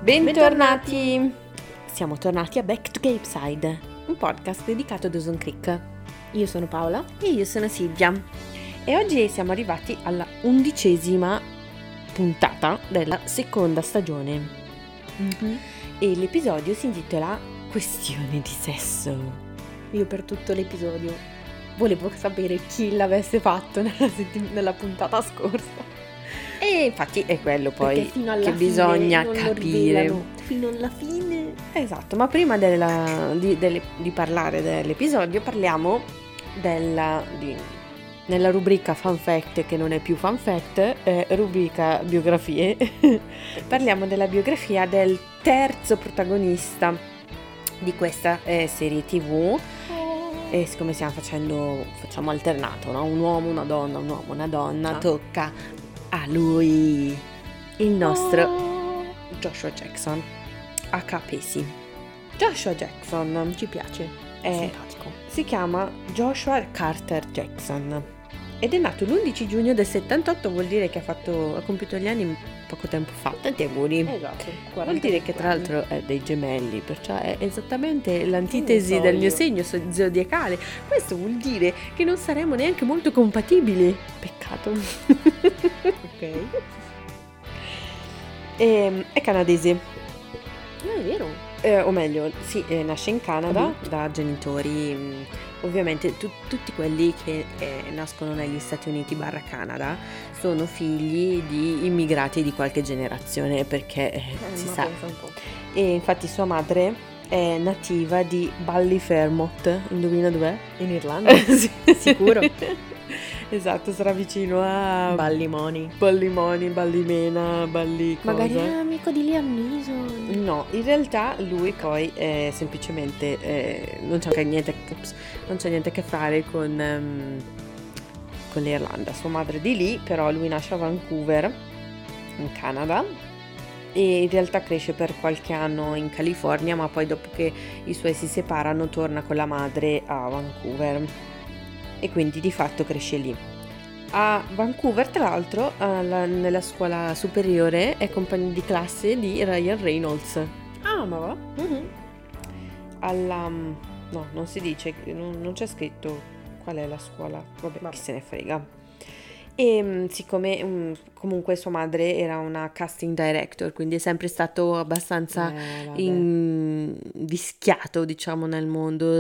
Bentornati! Siamo tornati a Back to Capeside, un podcast dedicato a Dawson Creek. Io sono Paola. E io sono Silvia. E oggi siamo arrivati alla 11ª puntata della seconda stagione. E l'episodio si intitola Questione di sesso. Io per tutto l'episodio volevo sapere chi l'avesse fatto nella puntata scorsa. E infatti è quello poi fino alla che fine bisogna non lo capire. rivelano, fino alla fine. Esatto, ma prima di parlare dell'episodio parliamo nella rubrica Fun Fact, che non è più Fun Fact, è rubrica biografie. Parliamo della biografia del terzo protagonista di questa serie TV. E siccome facciamo alternato, no? Un uomo, una donna, un uomo, una donna, tocca a lui, il nostro Joshua Jackson, aka Pacey. Joshua Jackson Ci piace, è simpatico. si chiama Joshua Carter Jackson ed è nato l'11 giugno del 78, vuol dire che ha compiuto gli anni poco tempo fa. Tanti auguri. Esatto. Vuol dire che tra l'altro è dei gemelli, perciò è esattamente l'antitesi del mio segno zodiacale. Questo vuol dire che non saremo neanche molto compatibili. Peccato. Ok. È canadese. Non è vero. O meglio, sì, nasce in Canada da genitori, ovviamente tutti quelli che nascono negli Stati Uniti / Canada sono figli di immigrati di qualche generazione, perché si sa. Pensa un po'. E infatti sua madre è nativa di Ballyfermot, indovina dov'è? In Irlanda? Sì. Sicuro? Esatto, sarà vicino a Ballimoni. Ballimoni, Ballimena, Balli cosa. Magari è amico di Liam Neeson. No, in realtà lui poi semplicemente non c'è niente a che fare con l'Irlanda. Sua madre è di lì, però lui nasce a Vancouver, in Canada, e in realtà cresce per qualche anno in California, ma poi dopo che i suoi si separano torna con la madre a Vancouver e quindi di fatto cresce lì. A Vancouver, tra l'altro, nella scuola superiore è compagno di classe di Ryan Reynolds. Ah, ma va? No, non si dice, non c'è scritto qual è la scuola, vabbè. Chi se ne frega. E siccome comunque sua madre era una casting director, quindi è sempre stato abbastanza invischiato, diciamo, nel mondo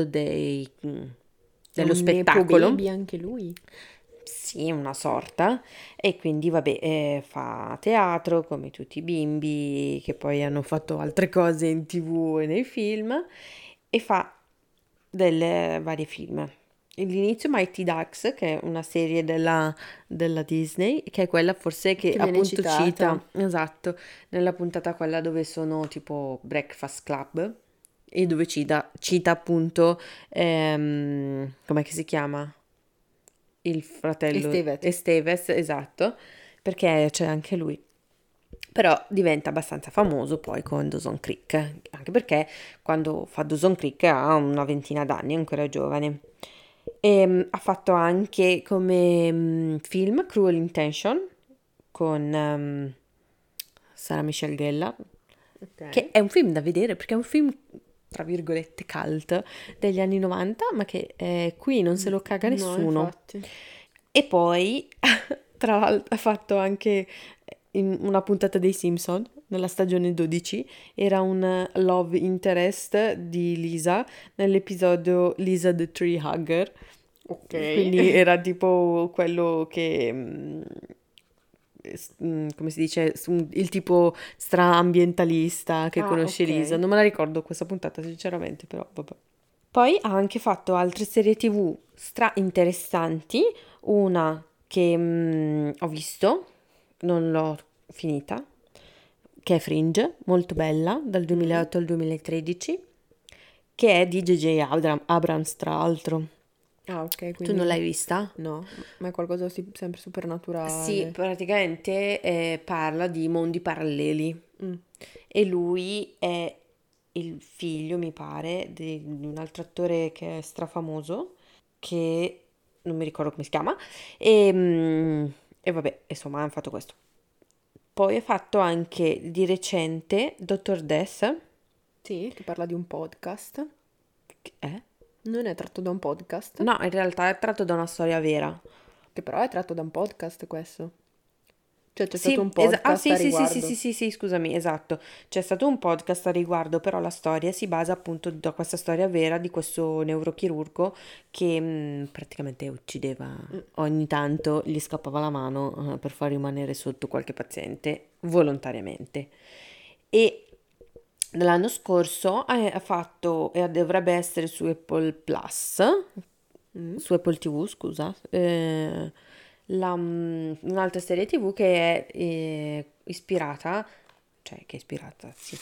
dello spettacolo. Baby anche lui. Sì, una sorta. E quindi vabbè, fa teatro come tutti i bimbi che poi hanno fatto altre cose in TV e nei film, e fa delle varie film. All'inizio Mighty Ducks, che è una serie della Disney, che è quella forse che viene appunto citata. cita, esatto, nella puntata quella dove sono tipo Breakfast Club, e dove cita appunto com'è che si chiama? Il fratello Esteves, esatto, perché c'è anche lui. Però diventa abbastanza famoso poi con Dawson Creek, anche perché quando fa Dawson Creek ha una ventina d'anni, è ancora giovane. E ha fatto anche come film Cruel Intention con Sarah Michelle Gellar, che è un film da vedere perché è un film tra virgolette cult degli anni 90, ma che qui non se lo caga nessuno. Infatti. E poi tra l'altro ha fatto anche in una puntata dei Simpson nella stagione 12, era un love interest di Lisa nell'episodio Lisa the Tree Hugger. Ok. Quindi era tipo quello che come si dice, il tipo stra-ambientalista che conosce ok. Lisa. Non me la ricordo questa puntata sinceramente, però vabbè. Poi ha anche fatto altre serie TV stra-interessanti, una che ho visto, non l'ho finita, che è Fringe, molto bella, dal 2008 al 2013, che è di J.J. Abrams, tra l'altro. Ah, ok, quindi... Tu non l'hai vista? No, ma è qualcosa sempre supernaturale. Sì, praticamente parla di mondi paralleli. E lui è il figlio, mi pare, di un altro attore che è strafamoso, che non mi ricordo come si chiama, e vabbè, insomma, hanno fatto questo. Poi ha fatto anche di recente Dr. Death. Sì, che parla di un podcast. Eh? Non è tratto da un podcast, No, in realtà è tratto da una storia vera. che però è tratto da un podcast questo. Cioè c'è stato Sì, un podcast sì, a sì, sì, sì, riguardo. sì, sì, sì, scusami, esatto. C'è stato un podcast a riguardo, però la storia si basa appunto da questa storia vera di questo neurochirurgo che praticamente uccideva Mm. ogni tanto, gli scappava la mano per far rimanere sotto qualche paziente volontariamente. E l'anno scorso ha fatto, e dovrebbe essere su Apple Plus, Mm. su Apple TV, scusa, un'altra serie TV che è ispirata, cioè che è ispirata, sì,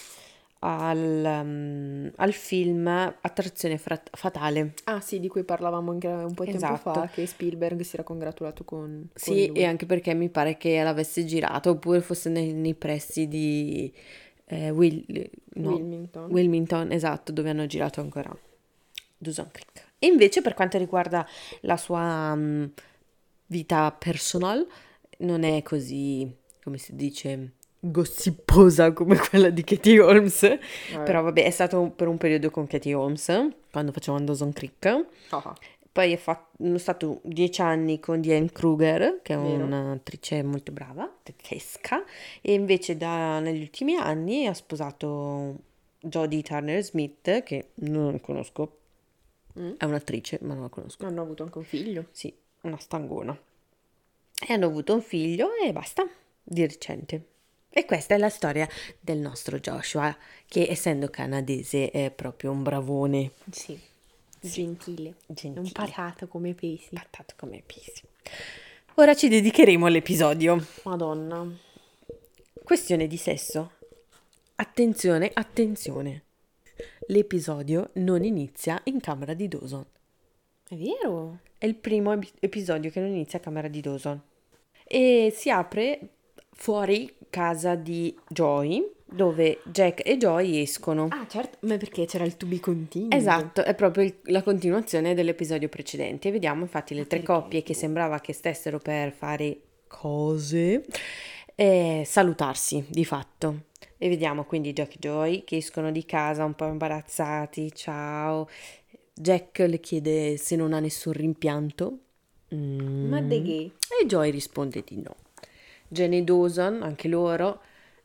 al film Attrazione Fatale. Ah sì, di cui parlavamo anche un po' di tempo Esatto. fa, che Spielberg si era congratulato con Sì, e lui. anche perché mi pare che l'avesse girato oppure fosse nei pressi di no, Wilmington. Wilmington, esatto, dove hanno girato ancora Dawson Creek. E invece per quanto riguarda la sua vita personal, non è così, come si dice, gossiposa come quella di Katie Holmes, però vabbè, è stato per un periodo con Katie Holmes, quando facevano Dawson Creek. Ah, Poi è stato 10 anni con Diane Kruger, che è vero. un'attrice molto brava, tedesca, e invece negli ultimi anni ha sposato Jodie Turner-Smith, che non conosco, Mm. è un'attrice, ma non la conosco. Hanno avuto anche un figlio. Sì, una stangona. E hanno avuto un figlio e basta, di recente. E questa è la storia del nostro Joshua, che essendo canadese è proprio un bravone. Sì, Sì, gentile. È un gentile. patato come pesi. Patato come pisi. Ora ci dedicheremo all'episodio. Madonna. Questione di sesso. Attenzione, attenzione. L'episodio non inizia in camera di Dawson. È vero? È il primo episodio che non inizia a camera di Dawson. E si apre fuori casa di Joy, dove Jack e Joy escono. Ah, certo, ma perché c'era il to be continued? Esatto, è proprio la continuazione dell'episodio precedente. Vediamo infatti le tre perché coppie che tu? sembrava che stessero per fare cose, salutarsi di fatto. E vediamo quindi Jack e Joy che escono di casa un po' imbarazzati. Ciao. Jack le chiede se non ha nessun rimpianto. Ma de gay. E Joy risponde di no. Jenny e Dawson, anche loro,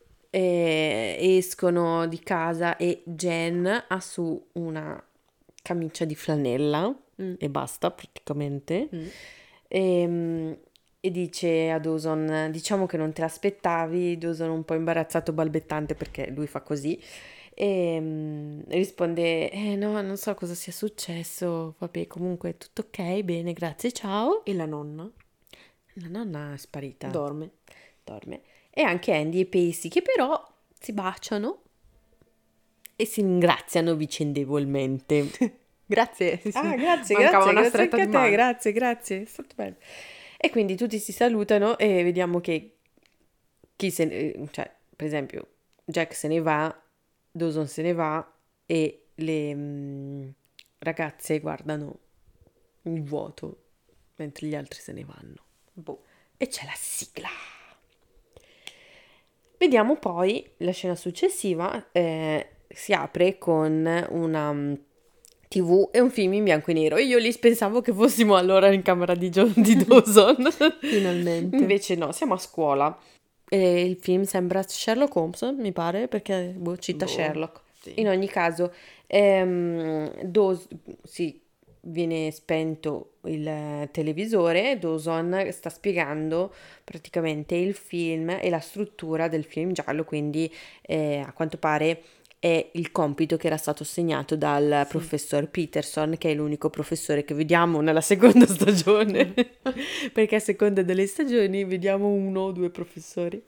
escono di casa e Jen ha su una camicia di flanella e basta praticamente. E, e dice a Dawson, diciamo che non te l'aspettavi. Dawson un po' imbarazzato, balbettante perché lui fa così. E risponde, no, non so cosa sia successo, vabbè comunque tutto ok, bene, grazie, ciao. E la nonna? La nonna è sparita. Dorme. Dorme. E anche Andy e Pacey che però si baciano e si ringraziano vicendevolmente. Grazie. Ah, grazie, Mancava grazie, una grazie stretta anche di a te, mano. grazie, è stato bello. E quindi tutti si salutano e vediamo che cioè, per esempio, Jack se ne va, Dawson se ne va e le ragazze guardano il vuoto mentre gli altri se ne vanno. Boh. E c'è la sigla. Vediamo poi la scena successiva, si apre con una TV e un film in bianco e nero. E io lì pensavo che fossimo allora in camera di Dawson. Finalmente. Invece no, siamo a scuola. E il film sembra Sherlock Holmes, mi pare, perché cita Boh, Sherlock. sì. In ogni caso, sì, viene spento il televisore, Dawson sta spiegando praticamente il film e la struttura del film giallo, quindi a quanto pare è il compito che era stato assegnato dal professor Peterson, che è l'unico professore che vediamo nella seconda stagione, perché a seconda delle stagioni vediamo uno o due professori.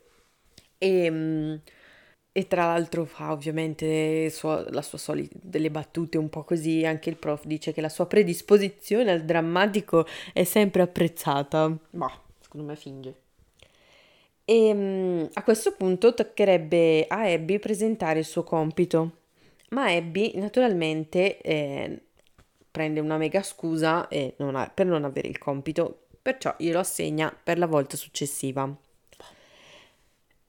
E tra l'altro fa ovviamente la sua solita delle battute un po' così, anche il prof dice che la sua predisposizione al drammatico è sempre apprezzata. Ma, secondo me finge. E a questo punto toccherebbe a Abby presentare il suo compito, ma Abby naturalmente prende una mega scusa per non avere il compito, perciò glielo assegna per la volta successiva.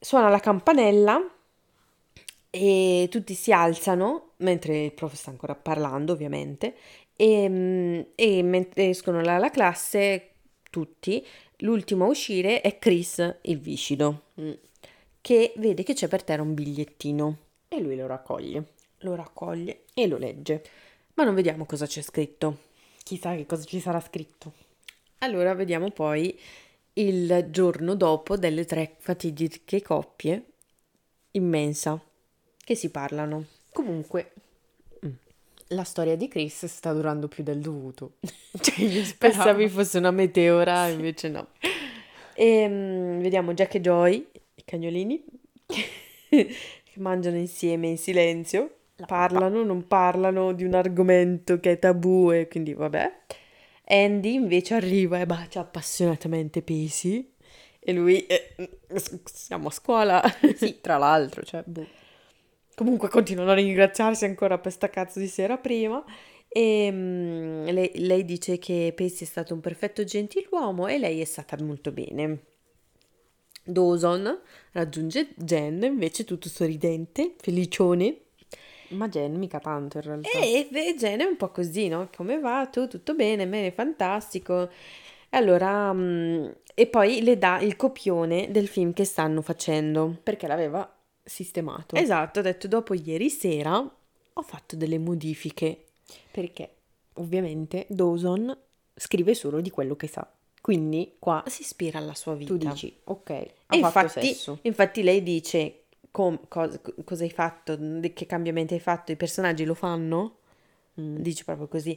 suona la campanella e tutti si alzano, mentre il prof sta ancora parlando, ovviamente, e mentre escono dalla classe tutti, l'ultimo a uscire è Chris, il viscido, che vede che c'è per terra un bigliettino. E lui lo raccoglie Lo raccoglie, e lo legge. ma non vediamo cosa c'è scritto. Chissà che cosa ci sarà scritto. Allora vediamo poi il giorno dopo delle 3 fatidiche coppie in mensa che si parlano. Comunque, la storia di Chris sta durando più del dovuto. Cioè, io Pensavi speravo. fosse una meteora, invece no. Vediamo Jack e Joy, i cagnolini, che mangiano insieme in silenzio, La parlano, non parlano di un argomento che è tabù e quindi vabbè. Andy invece arriva e bacia appassionatamente Pacey e lui, siamo a scuola. Sì, tra l'altro, cioè, boh. Comunque continuano a ringraziarsi ancora per sta cazzo di sera prima. E lei dice che Pacey è stato un perfetto gentiluomo e lei è stata molto bene. Dawson raggiunge Jen, invece tutto sorridente, felicione. Ma Jen mica tanto in realtà. Jen è un po' così, no? Come va? Tu? Tutto bene? Bene, fantastico. E allora, e poi le dà il copione del film che stanno facendo. Perché l'aveva sistemato. Esatto, ha detto dopo ieri sera ho fatto delle modifiche. Perché ovviamente Dawson scrive solo di quello che sa. Quindi qua Si ispira alla sua vita. tu dici, ok, ha E fatto sesso. infatti lei dice cosa hai fatto, che cambiamenti hai fatto, i personaggi lo fanno? Dice proprio così.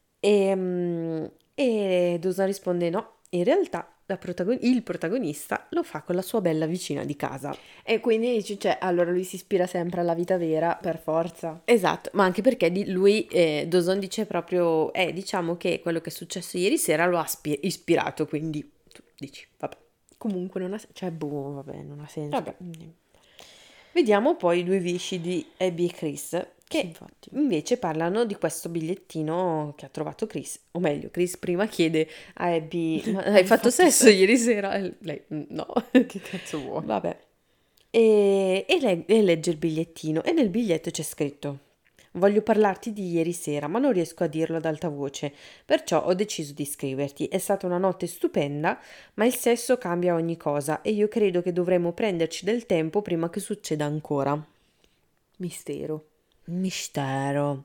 E Dawson risponde no, in realtà il protagonista lo fa con la sua bella vicina di casa. E quindi dici, cioè, allora lui si ispira sempre alla vita vera, per forza. Esatto, ma anche perché lui, Dawson dice proprio, diciamo che quello che è successo ieri sera lo ha ispirato, quindi tu dici, vabbè. Comunque non ha senso. Cioè, boh, vabbè, non ha senso. Vabbè. Vediamo poi i due visci di Abby e Chris, che Sì, infatti. invece parlano di questo bigliettino che ha trovato Chris. O meglio, Chris prima chiede a Abby, ma hai fatto sesso ieri sera? E lei, no. Che cazzo vuoi? Vabbè. E legge il bigliettino e nel biglietto c'è scritto: voglio parlarti di ieri sera, ma non riesco a dirlo ad alta voce, perciò ho deciso di scriverti. È stata una notte stupenda, ma il sesso cambia ogni cosa e io credo che dovremmo prenderci del tempo prima che succeda ancora. Mistero. Mistero.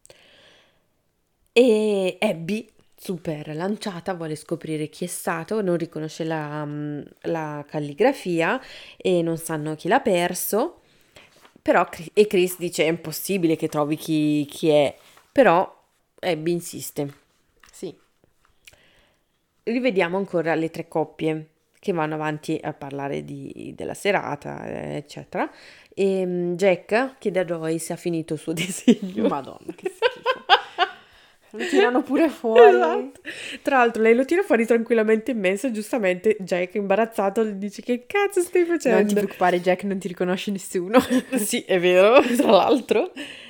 E Abby, super lanciata, vuole scoprire chi è stato, non riconosce la calligrafia e non sanno chi l'ha perso. Però, e Chris dice è impossibile che trovi chi è, però Abby insiste. Sì. Rivediamo ancora le 3 coppie che vanno avanti a parlare della serata, eccetera. E Jack chiede a Joy se ha finito il suo disegno. Madonna, che schifo. Lo tirano pure fuori. Esatto. Tra l'altro lei lo tira fuori tranquillamente in mensa, giustamente Jack imbarazzato gli dice che cazzo stai Non facendo? ti preoccupare, Jack, non ti riconosce nessuno. Sì, è vero, tra l'altro.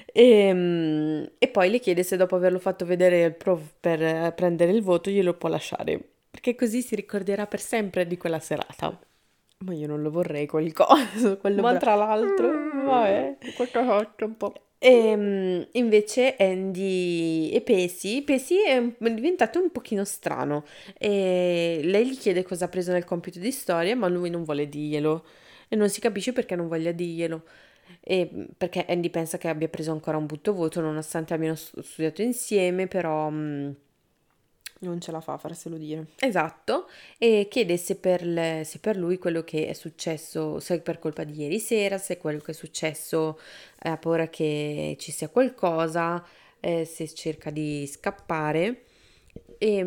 E poi le chiede se dopo averlo fatto vedere al prof per prendere il voto glielo può lasciare, perché così si ricorderà per sempre di quella serata. Ma io non lo vorrei quel coso, quello Ma tra l'altro, vabbè. Qualche cosa un po'. Invece Andy e Pacey è diventato un pochino strano e lei gli chiede cosa ha preso nel compito di storia, ma lui non vuole dirglielo e non si capisce perché non voglia dirglielo. E perché Andy pensa che abbia preso ancora un brutto voto nonostante abbiano studiato insieme, però Non ce la fa a farselo dire. esatto, e chiede se per lui quello che è successo, se è per colpa di ieri sera, se quello che è successo ha paura che ci sia qualcosa, se cerca di scappare. E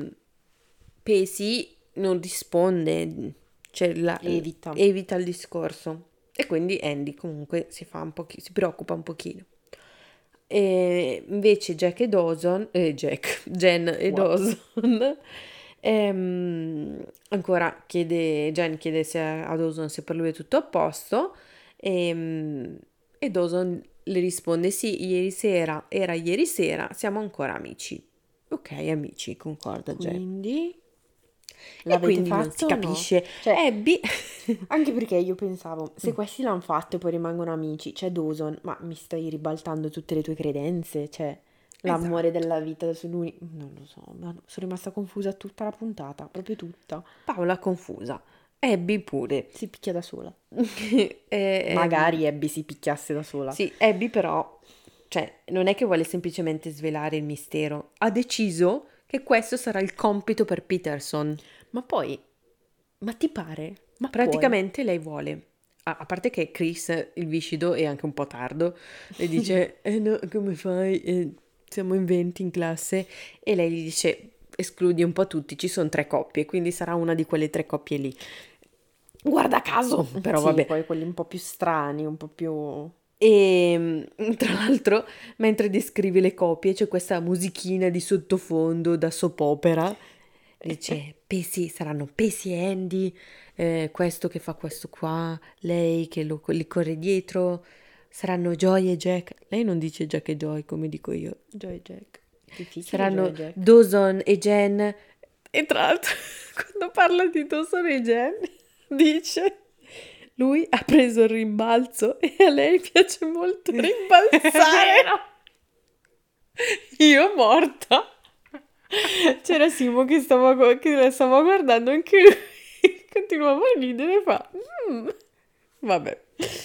Pacey non risponde, cioè Evita. evita il discorso. E quindi Andy comunque si preoccupa un pochino. E invece Jen e What? Dawson, ancora Jen chiede se a Dawson se per lui è tutto a posto e Dawson le risponde sì, era ieri sera, siamo ancora amici. Ok, amici, concorda Jen. Quindi E L'avete quindi non si fatto o no? capisce. Cioè, Abby... anche perché io pensavo, se questi l'hanno fatto e poi rimangono amici, c'è Dawson, ma mi stai ribaltando tutte le tue credenze, cioè l'amore Esatto. della vita sull'unico... Non lo so, ma sono rimasta confusa tutta la puntata, proprio tutta. Paola confusa. Abby pure. Si picchia da sola. E, Magari Abby si picchiasse da sola. sì, Abby però, cioè, non è che vuole semplicemente svelare il mistero. Ha deciso che questo sarà il compito per Peterson. Ma poi, ma ti pare? Ma puoi? Praticamente lei vuole, a parte che Chris, il viscido, è anche un po' tardo, le dice, no, come fai? Siamo in 20 in classe. E lei gli dice, escludi un po' tutti, ci sono 3 coppie, quindi sarà una di quelle 3 coppie lì. Guarda caso, però Sì, vabbè. poi quelli un po' più strani, un po' più... E tra l'altro, mentre descrive le copie, c'è questa musichina di sottofondo da soap opera. Dice, Pacey, saranno Pacey e Andy, questo che fa questo qua, lei che li corre dietro, saranno Joy e Jack. Lei non dice Jack e Joy come dico io. Joy e Jack. Difficile Joy Saranno e Jack. Dawson e Jen. E tra l'altro, quando parla di Dawson e Jen, dice... Lui ha preso il rimbalzo e a lei piace molto rimbalzare. Io morta. C'era Simo che la stava guardando anche lui. Continuava a ridere e fa. Vabbè.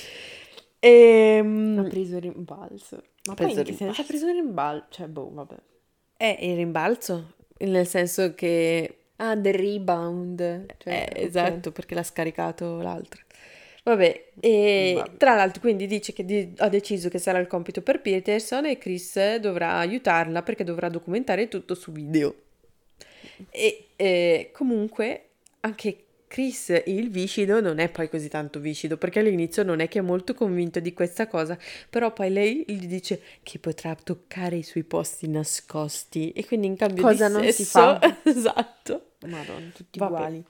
Ha preso il rimbalzo. Ma Ha poi preso in il che senso ha rimbalzo. preso il rimbalzo? Cioè, boh, vabbè. È il rimbalzo, nel senso che Ah, the rebound. Cioè, ok. esatto, perché l'ha scaricato l'altro. Vabbè, e Vabbè. tra l'altro quindi dice che ha deciso che sarà il compito per Peterson e Chris dovrà aiutarla perché dovrà documentare tutto su video. E comunque anche Chris, il viscido, non è poi così tanto viscido perché all'inizio non è che è molto convinto di questa cosa, però poi lei gli dice che potrà toccare i suoi posti nascosti e quindi in cambio Cosa di non si sesso, fa? esatto. Madonna, tutti Vabbè. uguali.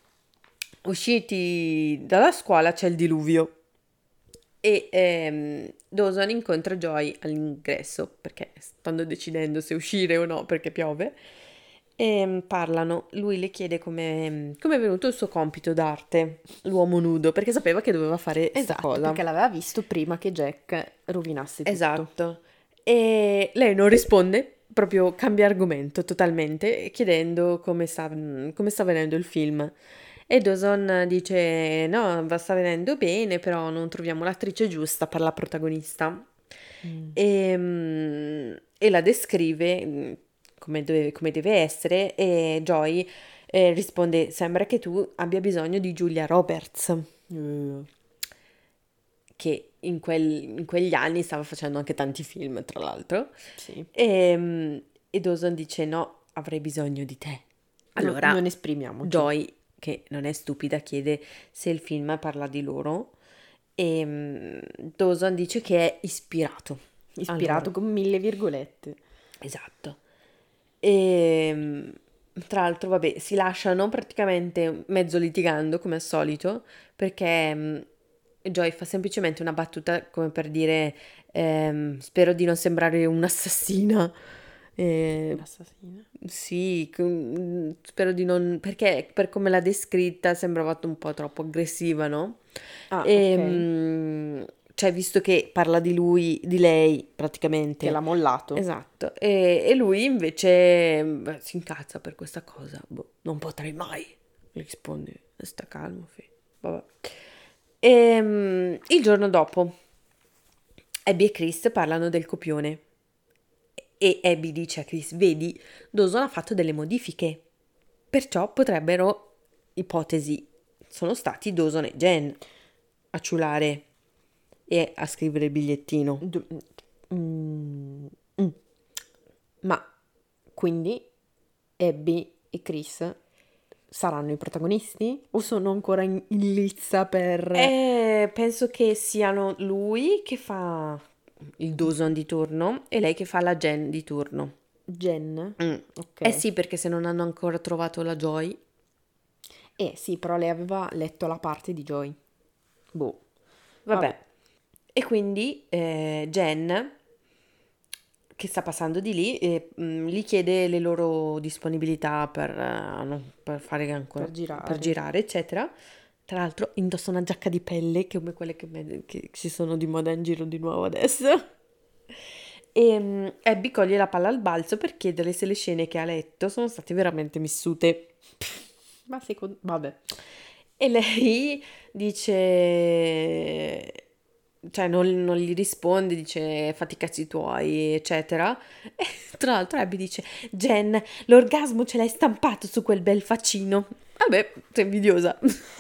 Usciti dalla scuola c'è il diluvio e Dawson incontra Joy all'ingresso perché stanno decidendo se uscire o no perché piove e parlano. Lui le chiede come è venuto il suo compito d'arte, l'uomo nudo, perché sapeva che doveva fare sta Esatto, cosa. perché l'aveva visto prima che Jack rovinasse tutto. Esatto. E lei non risponde, proprio cambia argomento totalmente, chiedendo come sta venendo il film. E Dawson dice: No, sta venendo bene, però non troviamo l'attrice giusta per la protagonista. E la descrive come deve essere. E Joy risponde: Sembra che tu abbia bisogno di Julia Roberts, che in quegli anni stava facendo anche tanti film, tra l'altro. Sì. E Dawson dice: No, avrei bisogno di te. Allora, non esprimiamoci. Joy, che non è stupida, chiede se il film parla di loro e Dawson dice che è ispirato. Ispirato con 1000 virgolette. Esatto. E tra l'altro, vabbè, si lasciano praticamente mezzo litigando come al solito perché Joy fa semplicemente una battuta come per dire spero di non sembrare un'assassina. L'assassina. Sì, spero di non... perché per come l'ha descritta sembrava un po' troppo aggressiva, no? Ah, E, ok. cioè, visto che parla di lui, di lei praticamente. Che l'ha mollato. Esatto. E lui invece si incazza per questa cosa. Boh, non potrei mai, risponde. Sta calmo, vabbè. Il giorno dopo, Abby e Chris parlano del copione. E Abby dice a Chris, vedi, Dawson ha fatto delle modifiche. Perciò potrebbero, ipotesi, sono stati Dawson e Jen a ciulare e a scrivere il bigliettino. Ma quindi Abby e Chris saranno i protagonisti? O sono ancora in lizza per... Penso che siano lui che fa il Dawson di turno e lei che fa la Jen di turno. Jen? Ok. Eh sì, perché se non hanno ancora trovato la Joy. Sì, però lei aveva letto la parte di Joy. Boh. Vabbè. E quindi Jen che sta passando di lì e gli chiede le loro disponibilità per fare ancora, per girare, eccetera. Tra l'altro indossa una giacca di pelle, come quelle che ci sono di moda in giro di nuovo adesso. E Abby coglie la palla al balzo per chiederle se le scene che ha letto sono state veramente vissute. Ma secondo... Vabbè. E lei dice, cioè non gli risponde, dice fatti i cazzi tuoi, eccetera. E tra l'altro Abby dice, Jen, l'orgasmo ce l'hai stampato su quel bel faccino. Vabbè, sei invidiosa.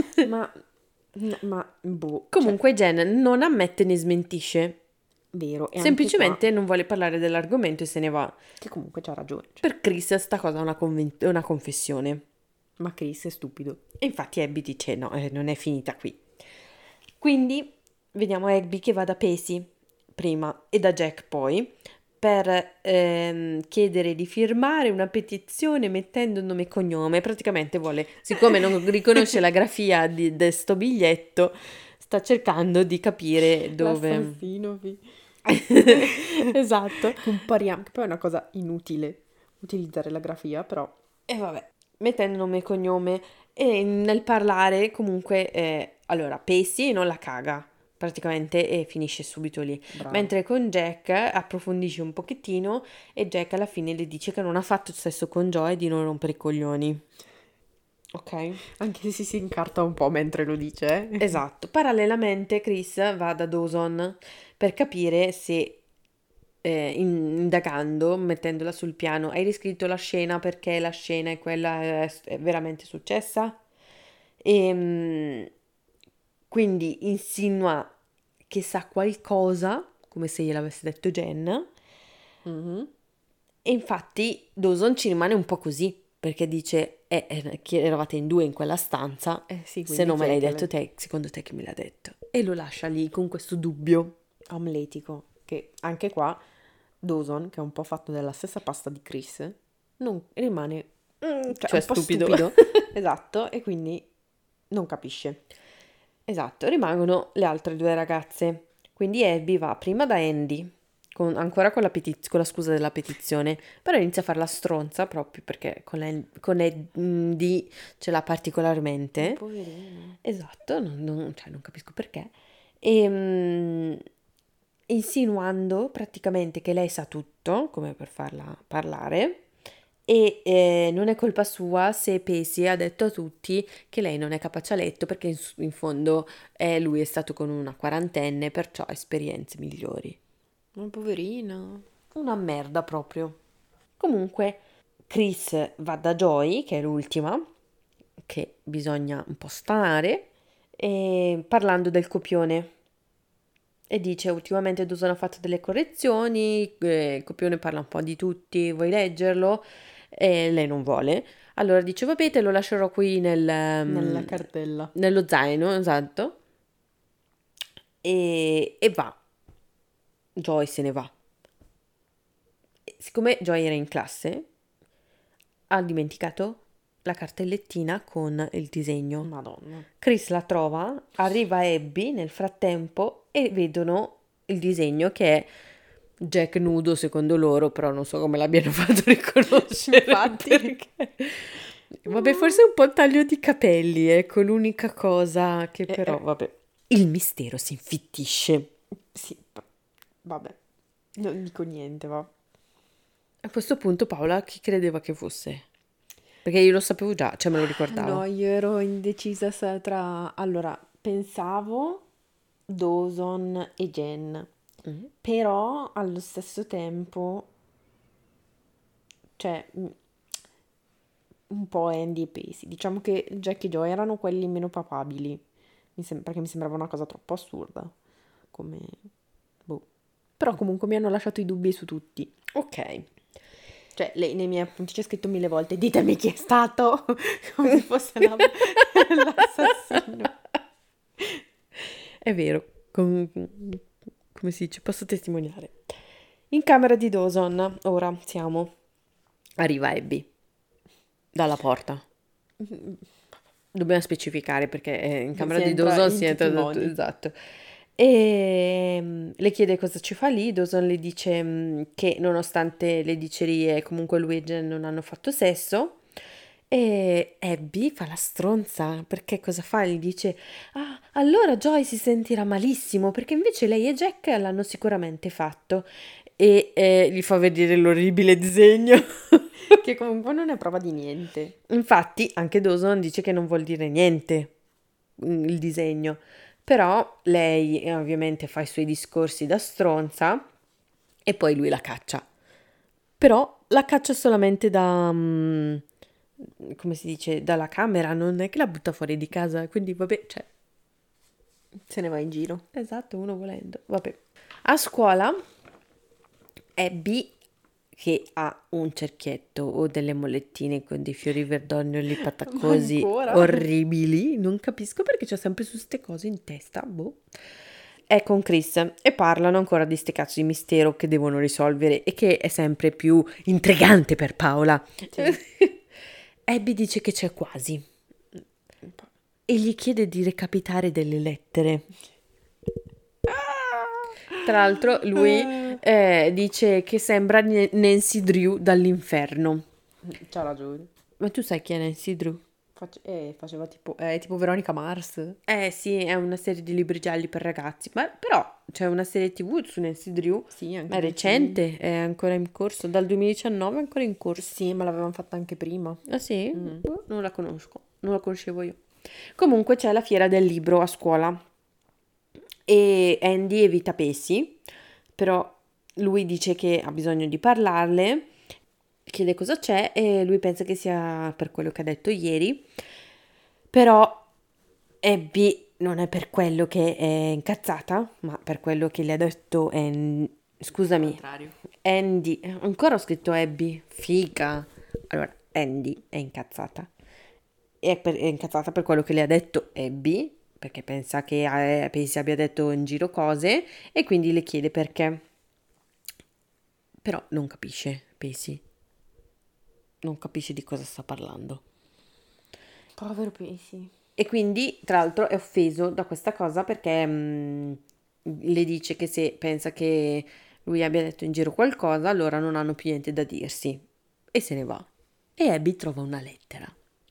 Ma boh. Comunque Jen non ammette né smentisce. Vero. E Semplicemente non vuole parlare dell'argomento e se ne va. Che comunque c'ha ragione. Per Chris sta cosa è una confessione. Ma Chris è stupido. E infatti Abby dice no, non è finita qui. Quindi vediamo Abby che va da Pacey prima e da Jack poi per chiedere di firmare una petizione mettendo nome e cognome. Praticamente vuole, siccome non riconosce la grafia di sto biglietto, sta cercando di capire dove... L'assassino, Esatto. Compariamo, che poi è una cosa inutile utilizzare la grafia, però... E vabbè, mettendo nome e cognome e nel parlare comunque, allora, Pacey non la caga praticamente e finisce subito lì. Bravo. Mentre con Jack approfondisce un pochettino e Jack alla fine le dice che non ha fatto sesso con Joe e di non rompere i coglioni. Ok? Anche se si incarta un po' mentre lo dice. Esatto. Parallelamente Chris va da Dawson per capire se indagando, mettendola sul piano, hai riscritto la scena perché la scena è quella è veramente successa? E quindi insinua che sa qualcosa, come se gliel'avesse detto Jen. Mm-hmm. E infatti Dawson ci rimane un po' così, perché dice, che eravate in due in quella stanza, Sì, se non me l'hai che detto te, secondo te chi me l'ha detto? E lo lascia lì con questo dubbio. Amletico, che anche qua Dawson, che è un po' fatto della stessa pasta di Chris, non rimane cioè un po' stupido. Esatto, e quindi non capisce. Esatto, rimangono le altre due ragazze. Quindi Abby va prima da Andy, ancora con con la scusa della petizione, però inizia a fare la stronza proprio perché con Andy ce l'ha particolarmente. Poverino. Esatto, cioè, non capisco perché. E insinuando praticamente che lei sa tutto, come per farla parlare, e non è colpa sua se Pacey ha detto a tutti che lei non è capace a letto perché in fondo lui è stato con una quarantenne, perciò ha esperienze migliori. Ma poverino. Una merda proprio. Comunque, Chris va da Joy, che è l'ultima, che bisogna un po' stanare, parlando del copione. E dice, ultimamente Dawson ha fatto delle correzioni, il copione parla un po' di tutti, vuoi leggerlo? E lei non vuole. Allora dice, vabbè, te lo lascerò qui Nella cartella. nello zaino, esatto. E va. Joy se ne va. E siccome Joy era in classe, ha dimenticato la cartellettina con il disegno. Madonna. Chris la trova, arriva Abby nel frattempo e vedono il disegno che è Jack nudo secondo loro, però non so come l'abbiano fatto riconoscere. Infatti. Perché... Vabbè, forse un po' il taglio di capelli, ecco, l'unica cosa che però, vabbè. Il mistero si infittisce. Sì, vabbè. Non dico niente, va. A questo punto Paola chi credeva che fosse? Perché io lo sapevo già, cioè me lo ricordavo. No, io ero indecisa tra... Allora, pensavo Dawson e Jen, però allo stesso tempo, cioè, un po' Andy e Pacey. Diciamo che Jack e Joy erano quelli meno papabili, perché mi sembrava una cosa troppo assurda, come... boh. Però comunque mi hanno lasciato i dubbi su tutti. Ok. Cioè, lei nei miei appunti c'è scritto 1000 volte, ditemi chi è stato, come se fosse l'assassino. È vero, come si dice, posso testimoniare. In camera di Dawson, ora siamo. Arriva Abby dalla porta. Dobbiamo specificare perché in camera di Dawson si entra esatto. e le chiede cosa ci fa lì. Dawson le dice che nonostante le dicerie comunque lui e Jen non hanno fatto sesso. E Abby fa la stronza perché cosa fa? Gli dice: Ah, allora Joy si sentirà malissimo perché invece lei e Jack l'hanno sicuramente fatto. E gli fa vedere l'orribile disegno. Che comunque non è prova di niente. Infatti, anche Dawson dice che non vuol dire niente il disegno. Però lei ovviamente fa i suoi discorsi da stronza e poi lui la caccia. Però la caccia solamente da, come si dice, dalla camera, non è che la butta fuori di casa, quindi vabbè, cioè, Se ne va in giro. esatto, uno volendo, vabbè. A scuola, Abby, che ha un cerchietto o delle mollettine con dei fiori verdonioli pataccosi ancora? orribili, non capisco perché c'è sempre su ste cose in testa, boh. È con Chris e parlano ancora di ste cazzo di mistero che devono risolvere e che è sempre più intrigante per Paola. Abby dice che c'è quasi e gli chiede di recapitare delle lettere. Tra l'altro lui dice che sembra Nancy Drew dall'inferno. C'ha ragione. Ma tu sai chi è Nancy Drew? Faceva tipo... È tipo Veronica Mars. Sì, è una serie di libri gialli per ragazzi, ma però c'è una serie TV su Nancy Drew, Sì, anche ma è recente, è ancora in corso, dal 2019 è ancora in corso. Sì, ma l'avevamo fatta anche prima. Ah sì? Boh, non la conosco, non la conoscevo io. Comunque c'è la fiera del libro a scuola e Andy evita Pacey, però lui dice che ha bisogno di parlarle, chiede cosa c'è e lui pensa che sia per quello che ha detto ieri, però Abby non è per quello che è incazzata, ma per quello che le ha detto scusami, Andy, ancora ho scritto Abby, figa. Allora, Andy è incazzata. È incazzata per quello che le ha detto Abby, perché pensa che pensi abbia detto in giro cose e quindi le chiede perché. Però non capisce, Pacey. Non capisce di cosa sta parlando. Povero Pacey. E quindi, tra l'altro, è offeso da questa cosa perché le dice che se pensa che lui abbia detto in giro qualcosa, allora non hanno più niente da dirsi. E se ne va. E Abby trova una lettera.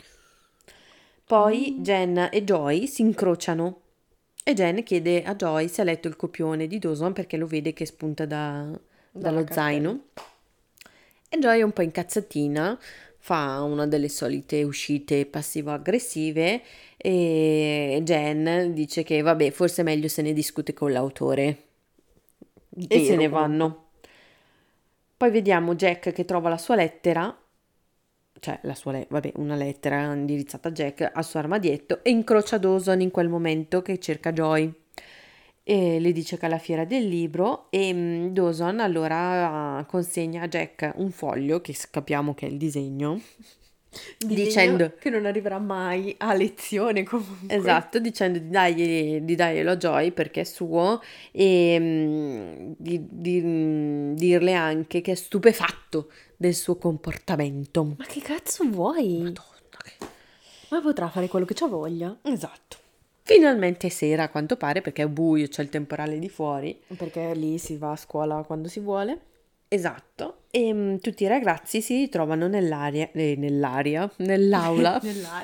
Poi Jen e Joy si incrociano e Jen chiede a Joy se ha letto il copione di Dawson perché lo vede che spunta dallo zaino. E Joy è un po' incazzatina, fa una delle solite uscite passivo-aggressive e Jen dice che vabbè, forse è meglio se ne discute con l'autore. E se ne vanno. Poi vediamo Jack che trova la sua lettera, cioè una lettera indirizzata a Jack al suo armadietto e incrocia Dawson in quel momento che cerca Joy. E le dice che è alla fiera del libro e Dawson allora consegna a Jack un foglio che capiamo che è il disegno dicendo che non arriverà mai a lezione comunque. esatto, dicendo di darglielo a Joy perché è suo e dirle anche che è stupefatto del suo comportamento. Ma che cazzo vuoi? Madonna, Ma potrà fare quello che c'ha voglia. esatto. Finalmente è sera a quanto pare perché è buio, c'è il temporale di fuori. Perché lì si va a scuola quando si vuole. Esatto, e tutti i ragazzi si ritrovano nell'aula Nell'aria.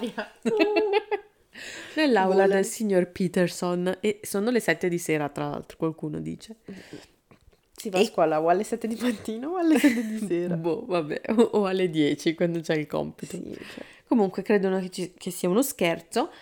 nell'aula del signor Peterson e sono le 7 di sera, tra l'altro, qualcuno dice. Si va a scuola o alle 7 di mattina o alle 7 di sera. Boh, vabbè, o alle 10 quando c'è il compito. Sì, cioè. Comunque credono che sia uno scherzo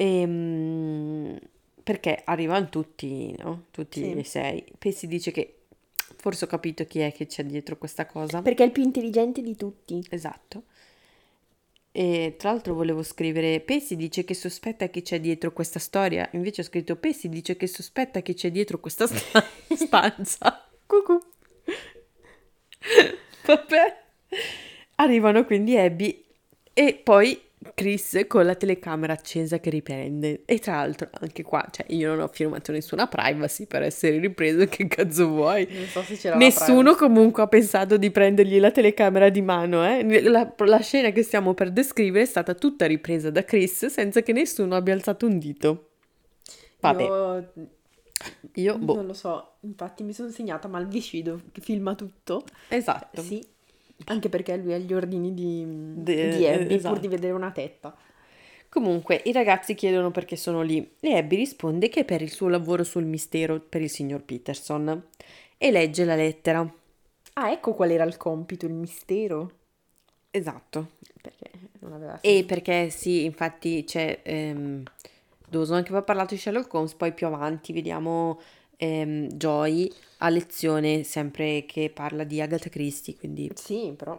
perché arrivano tutti, no? Tutti Sì. e 6. Pacey dice che forse ho capito chi è che c'è dietro questa cosa. Perché è il più intelligente di tutti. Esatto. E tra l'altro volevo scrivere Pacey dice che sospetta chi c'è dietro questa storia, invece ho scritto Pacey dice che sospetta chi c'è dietro questa stanza. Cucù. Vabbè. Arrivano quindi Abby e poi Chris con la telecamera accesa che riprende. E tra l'altro anche qua, cioè io non ho firmato nessuna privacy per essere ripreso, che cazzo vuoi? Non so se c'era Nessuno comunque ha pensato di prendergli la telecamera di mano, eh? La scena che stiamo per descrivere è stata tutta ripresa da Chris senza che nessuno abbia alzato un dito. Vabbè. Io, boh, Non lo so, infatti mi sono segnata Malvicido che filma tutto. esatto. Sì, anche perché lui ha gli ordini di Abby pur di Esatto. vedere una tetta. Comunque, i ragazzi chiedono perché sono lì e Abby risponde che è per il suo lavoro sul mistero per il signor Peterson e legge la lettera. Ah, ecco qual era il compito, il mistero. Esatto. Perché non aveva E senso. perché sì, infatti c'è Dawson che aveva parlato di Sherlock Holmes, poi più avanti vediamo Joy a lezione sempre che parla di Agatha Christie, quindi... Sì, però.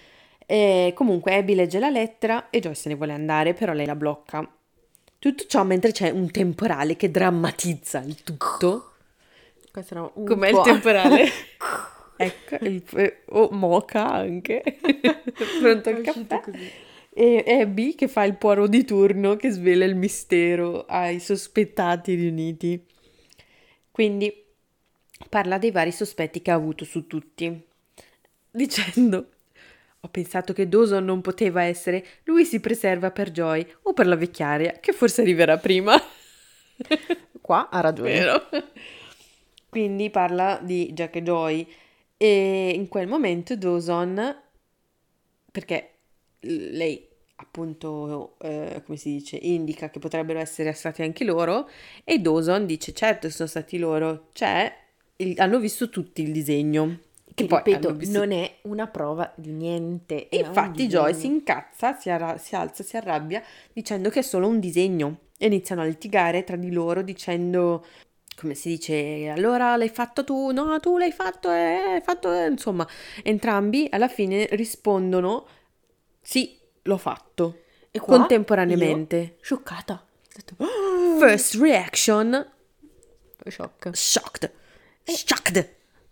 E comunque Abby legge la lettera e Joy se ne vuole andare, però lei la blocca. Tutto ciò mentre c'è un temporale che drammatizza il tutto. Questo era un Com'è il po'. temporale? Ecco, moca anche. Pronto È il uscito caffè. così. E Abby che fa il Poirot di turno che svela il mistero ai sospettati riuniti. Quindi parla dei vari sospetti che ha avuto su tutti, dicendo: Ho pensato che Dawson non poteva essere, lui si preserva per Joy o per la vecchiaria, che forse arriverà prima. Qua ha ragione. Vero? Quindi parla di Jack e Joy e in quel momento Dawson, perché lei appunto, come si dice, indica che potrebbero essere stati anche loro e Dawson dice certo sono stati loro, cioè hanno visto tutti il disegno, che Che poi hanno ripeto, visto... non è una prova di niente, E è un infatti Joy si disegno. incazza, si alza, si arrabbia dicendo che è solo un disegno e iniziano a litigare tra di loro dicendo, come si dice, allora l'hai fatto tu, no tu l'hai fatto, hai fatto, insomma, entrambi alla fine rispondono sì, l'ho fatto, E qua io, contemporaneamente. scioccata, ho detto, First reaction, shock. shocked, E, shocked,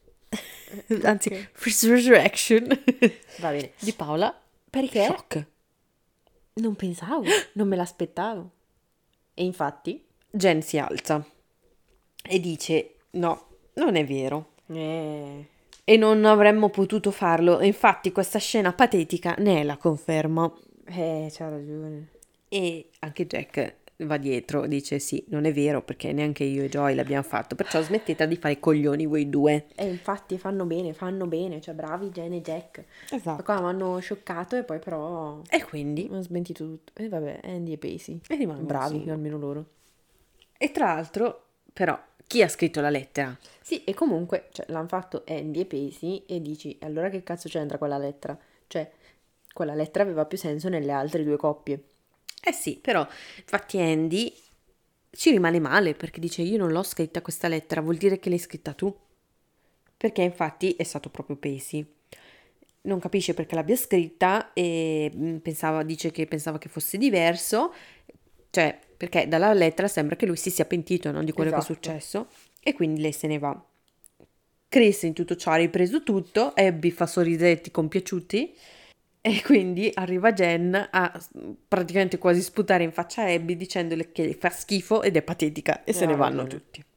anzi, ok, first reaction va bene. di Paola, Perché shock. non pensavo, non me l'aspettavo. E infatti, Jen si alza e dice no, non è vero. eh, E non avremmo potuto farlo. E infatti questa scena patetica ne è la conferma. c'ha ragione. E anche Jack va dietro, dice sì, non è vero perché neanche io e Joy l'abbiamo fatto. Perciò smettete di fare i coglioni voi due. E infatti fanno bene, cioè bravi Jen e Jack. Ma qua Esatto. mi hanno scioccato e poi però E quindi ho smentito tutto. E vabbè, Andy e Pacey. e rimangono Bravi, singoli. almeno loro. E tra l'altro, però, chi ha scritto la lettera? Sì, e comunque, cioè, l'hanno fatto Andy e Pacey e dici, allora che cazzo c'entra quella lettera? Cioè, quella lettera aveva più senso nelle altre due coppie. Eh sì, però, infatti Andy ci rimane male perché dice io non l'ho scritta questa lettera, vuol dire che l'hai scritta tu. Perché infatti è stato proprio Pacey. Non capisce perché l'abbia scritta e dice che pensava che fosse diverso, cioè perché dalla lettera sembra che lui si sia pentito, no, di quello che è Esatto. successo e quindi lei se ne va. Chris in tutto ciò ha ripreso tutto, Abby fa sorrisetti compiaciuti e quindi arriva Jen a praticamente quasi sputare in faccia a Abby dicendole che fa schifo ed è patetica e se ne Ha vanno ragione. tutti.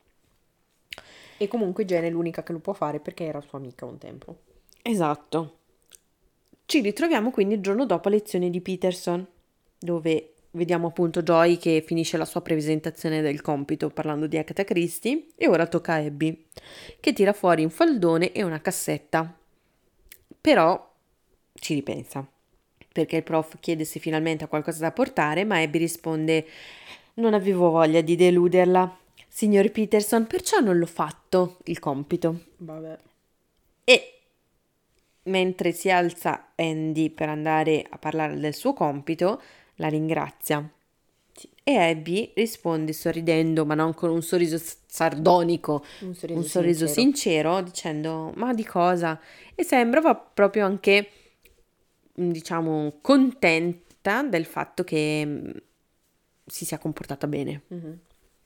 E comunque Jen è l'unica che lo può fare perché era sua amica un tempo. Esatto. Ci ritroviamo quindi il giorno dopo a lezione di Peterson, dove vediamo appunto Joy che finisce la sua presentazione del compito parlando di Agatha Christie e ora tocca a Abby, che tira fuori un faldone e una cassetta. Però ci ripensa, perché il prof chiede se finalmente ha qualcosa da portare, ma Abby risponde non avevo voglia di deluderla. Signor Peterson, perciò non l'ho fatto, il compito. Vabbè. E mentre si alza Andy per andare a parlare del suo compito, la ringrazia. E Abby risponde sorridendo, ma non con un sorriso sardonico, Un un sorriso sorriso sincero. sincero, dicendo: Ma di cosa? E sembrava proprio anche, diciamo, contenta del fatto che si sia comportata bene. Mhm.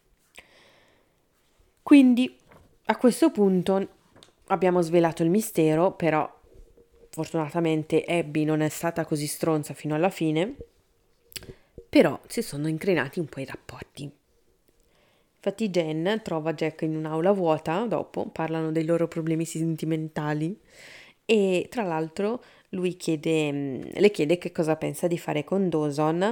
Quindi a questo punto abbiamo svelato il mistero, però fortunatamente Abby non è stata così stronza fino alla fine, però si sono incrinati un po' i rapporti. Infatti Jen trova Jack in un'aula vuota, dopo parlano dei loro problemi sentimentali e tra l'altro lui le chiede che cosa pensa di fare con Dawson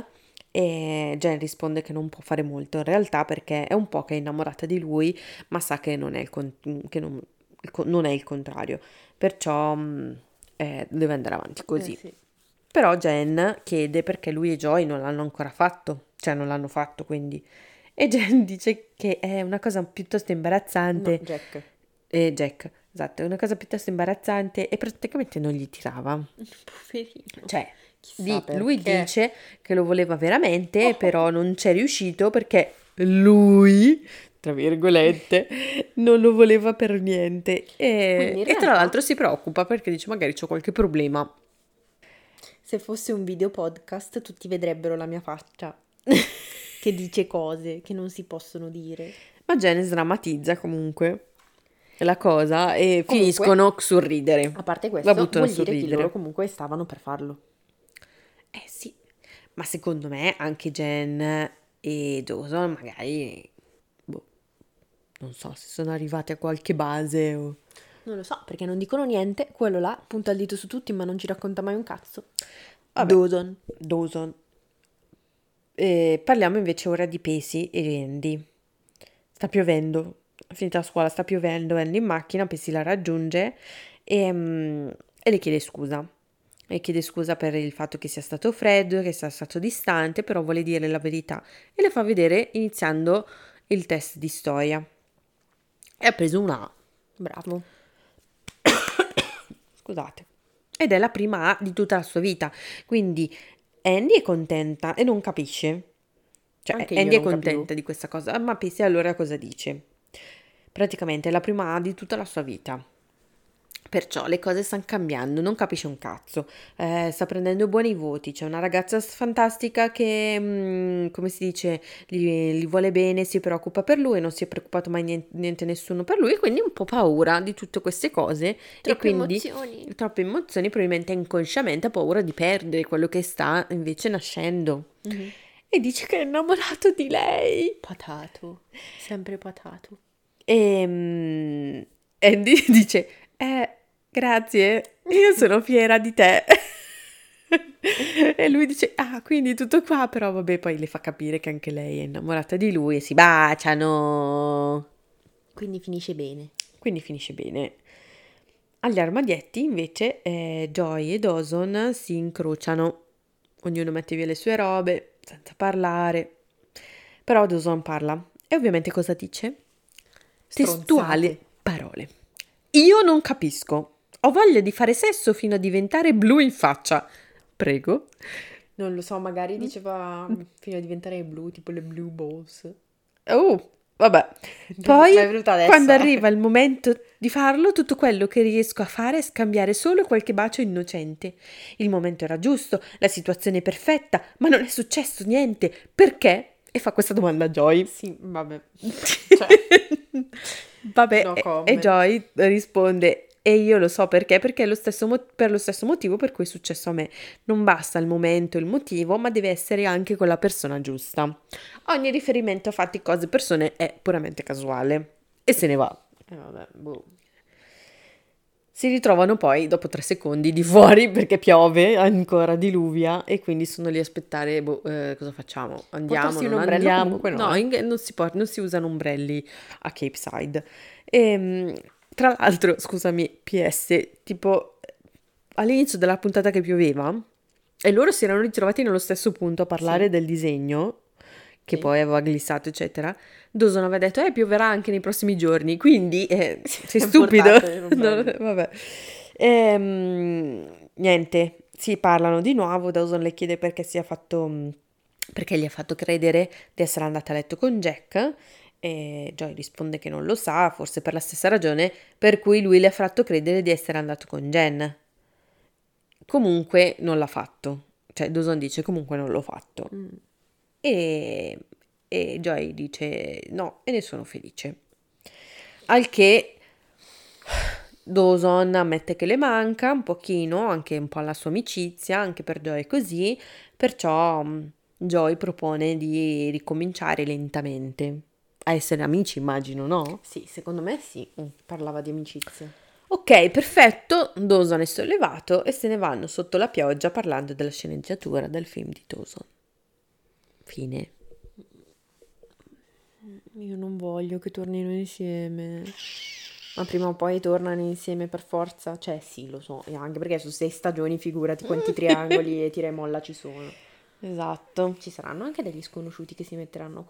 E Jen risponde che non può fare molto in realtà perché è un po' che è innamorata di lui, ma sa che non è non è il contrario, perciò deve andare avanti così. Sì. Però Jen chiede perché lui e Joy non l'hanno ancora fatto, cioè non l'hanno fatto quindi. E Jen dice che è una cosa piuttosto No, imbarazzante. Jack. E Jack, esatto, è una cosa piuttosto imbarazzante e praticamente non gli tirava. Poverino. Cioè, Chissà lui perché. dice che lo voleva veramente, però non c'è riuscito perché lui, tra virgolette, non lo voleva per niente. Quindi in E tra realtà, l'altro si preoccupa perché dice magari c'ho qualche problema. se fosse un video podcast, tutti vedrebbero la mia faccia che dice cose che non si possono dire. Ma Janice drammatizza comunque la cosa e Comunque, finiscono sul ridere. a parte La questo, buttano vuol sul dire che loro ridere. comunque stavano per farlo. Eh sì, ma secondo me anche Jen e Dawson magari, boh, non so se sono arrivati a qualche base o... Non lo so, perché non dicono niente. Quello là punta il dito su tutti, ma non ci racconta mai un cazzo. Vabbè, Dawson. Dawson. Parliamo invece ora di Pacey e Andy. Sta piovendo, è finita la scuola, sta piovendo, Andy in macchina, Pacey la raggiunge e le chiede scusa. Le chiede scusa per il fatto che sia stato freddo, che sia stato distante, però vuole dire la verità e le fa vedere iniziando il test di storia. E ha preso una A, Bravo. scusate. Ed è la prima A di tutta la sua vita. Quindi Andy è contenta e non capisce. Cioè, Anche io Andy è non capivo. contenta di questa cosa, ma Pacey allora cosa dice? Praticamente è la prima A di tutta la sua vita. Perciò le cose stanno cambiando, non capisce un cazzo, sta prendendo buoni voti, c'è una ragazza fantastica che, come si dice, gli vuole bene, si preoccupa per lui, non si è preoccupato mai niente nessuno per lui, quindi un po' paura di tutte queste cose e Troppe quindi emozioni. troppe emozioni, probabilmente inconsciamente ha paura di perdere quello che sta invece nascendo. E dice che è innamorato di lei. Patato. Sempre patato. E Andy dice, grazie, io sono fiera di te. E lui dice, ah, quindi tutto qua, però vabbè, poi le fa capire che anche lei è innamorata di lui e si baciano. Quindi finisce bene. Quindi finisce bene. Agli armadietti, invece, Joy e Dawson si incrociano. Ognuno mette via le sue robe, senza parlare. Però Dawson parla. E ovviamente cosa dice? Testuali Stronzate. parole. Io non capisco. Ho voglia di fare sesso fino a diventare blu in faccia. Prego. Non lo so, magari diceva fino a diventare blu, tipo le blue balls. Oh, vabbè. Mi Poi, è venuta adesso, quando arriva il momento di farlo, tutto quello che riesco a fare è scambiare solo qualche bacio innocente. Il momento era giusto, la situazione perfetta, ma non è successo niente. Perché? E fa questa domanda a Joy. Sì, vabbè. Vabbè, No e comment. Joy risponde, e io lo so perché, perché è lo stesso per lo stesso motivo per cui è successo a me. Non basta il momento e il motivo, ma deve essere anche con la persona giusta. Ogni riferimento a fatti, cose, persone è puramente casuale. E se ne va. Vabbè, boh. Si ritrovano poi dopo 3 secondi di fuori perché piove, ancora diluvia e quindi sono lì a aspettare, cosa facciamo? Andiamo, Portarsi un non ombrello andiamo? comunque no, No, non si usano ombrelli a Cape Side. Tra l'altro, scusami, PS, tipo all'inizio della puntata che pioveva e loro si erano ritrovati nello stesso punto a parlare Sì. del disegno che Sì. poi aveva glissato, eccetera. Dawson aveva detto, pioverà anche nei prossimi giorni, quindi sei È stupido. portato in No, ombrello. vabbè. Niente, si parlano di nuovo, Dawson le chiede perché perché gli ha fatto credere di essere andata a letto con Jack e Joy risponde che non lo sa, forse per la stessa ragione per cui lui le ha fatto credere di essere andato con Jen. Comunque non l'ha fatto, cioè Dawson dice comunque non l'ho fatto. E, e Joy dice no e ne sono felice. Al che Dawson ammette che le manca un pochino, anche un po' alla sua amicizia, anche per Joy così, perciò Joy propone di ricominciare lentamente. A essere amici, immagino, no? Sì, secondo me sì. Parlava di amicizia. Ok, perfetto, Dawson è sollevato e se ne vanno sotto la pioggia parlando della sceneggiatura del film di Dawson. Fine. Io non voglio che tornino insieme. Ma prima o poi tornano insieme per forza. Cioè, sì, lo so. E anche perché su 6 stagioni, figurati quanti triangoli e tira e molla ci sono. Esatto. Ci saranno anche degli sconosciuti che si metteranno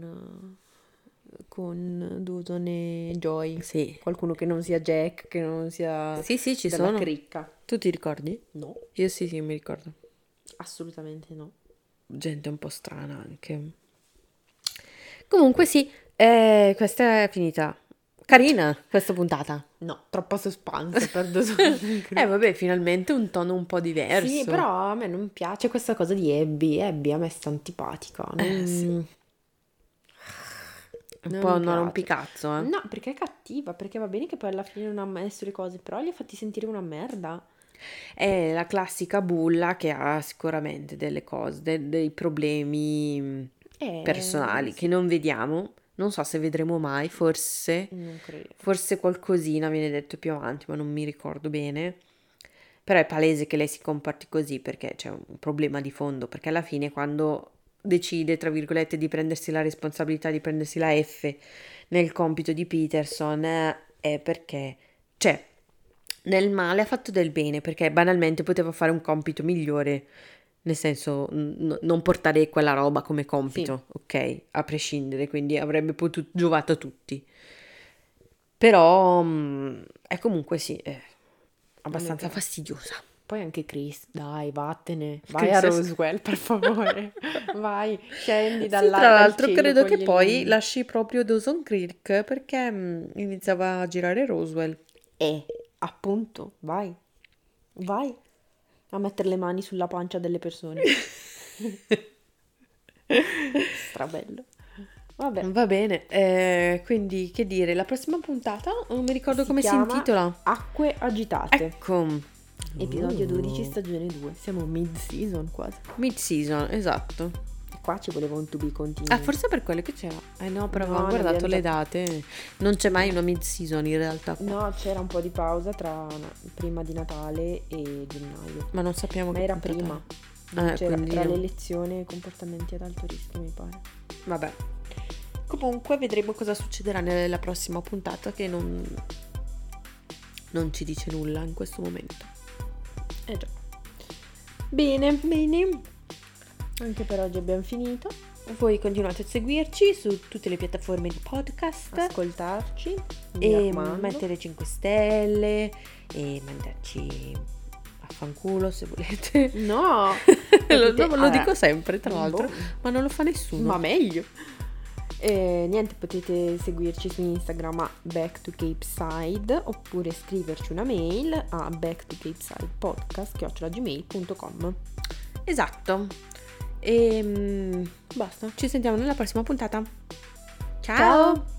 con Dawson e Joy. Sì. Qualcuno che non sia Jack, che non sia Sì, ci della sono. cricca. Tu ti ricordi? No, Io sì, mi ricordo. assolutamente no. Gente un po' strana anche. Comunque sì, questa è finita. Carina questa puntata. No, troppo suspense per Dawson. Vabbè, finalmente un tono un po' diverso. Sì, però a me non piace questa cosa di Abby. Abby a me sta antipatica. Sì. Un Non po' mi un piace. rompicazzo, eh. No, perché è cattiva, perché va bene che poi alla fine non ha messo le cose, però li ha fatti sentire una merda. È la classica bulla che ha sicuramente delle cose, dei problemi personali che non vediamo. Non so se vedremo mai, forse. Non credo. Forse qualcosina viene detto più avanti, ma non mi ricordo bene. Però è palese che lei si comporti così perché c'è un problema di fondo, perché alla fine quando decide, tra virgolette, di prendersi la responsabilità, di prendersi la F nel compito di Peterson, è perché, cioè, nel male ha fatto del bene, perché banalmente poteva fare un compito migliore, nel senso non portare quella roba come compito, ok? A prescindere, quindi avrebbe potuto giovato a tutti. Però è comunque sì, è abbastanza fastidiosa. Poi anche Chris, dai, vattene. Vai a Roswell, per favore. Vai, scendi Tra l'altro credo che poi lasci proprio Dawson Creek perché iniziava a girare Roswell. Appunto, vai a mettere le mani sulla pancia delle persone. Strabello. Vabbè. Va bene, quindi che dire, la prossima puntata non mi ricordo come si intitola. Acque agitate. Ecco. Episodio 12, stagione 2. Siamo mid-season quasi. Mid-season, esatto. E qua ci voleva un to be continued. Forse per quello che c'era. No, però No, avevo guardato le abbiamo date. Non c'è mai una mid-season in realtà. No, c'era un po' di pausa tra prima di Natale e gennaio. Ma non sappiamo Ma che era puntata prima. è. C'era Quindi tra l'elezione e comportamenti ad alto rischio, mi pare. vabbè. Comunque vedremo cosa succederà nella prossima puntata che non ci dice nulla in questo momento. Già. Bene. Anche per oggi abbiamo finito. Voi continuate a seguirci su tutte le piattaforme di podcast, Ascoltarci e mettere 5 stelle e mandarci a fanculo se volete. No, lo dico sempre tra l'altro, ma non lo fa nessuno. Ma meglio. Niente, potete seguirci su Instagram a Back to Cape Side oppure scriverci una mail a backtocapesidepodcast@gmail.com. Esatto. E basta, ci sentiamo nella prossima puntata. Ciao.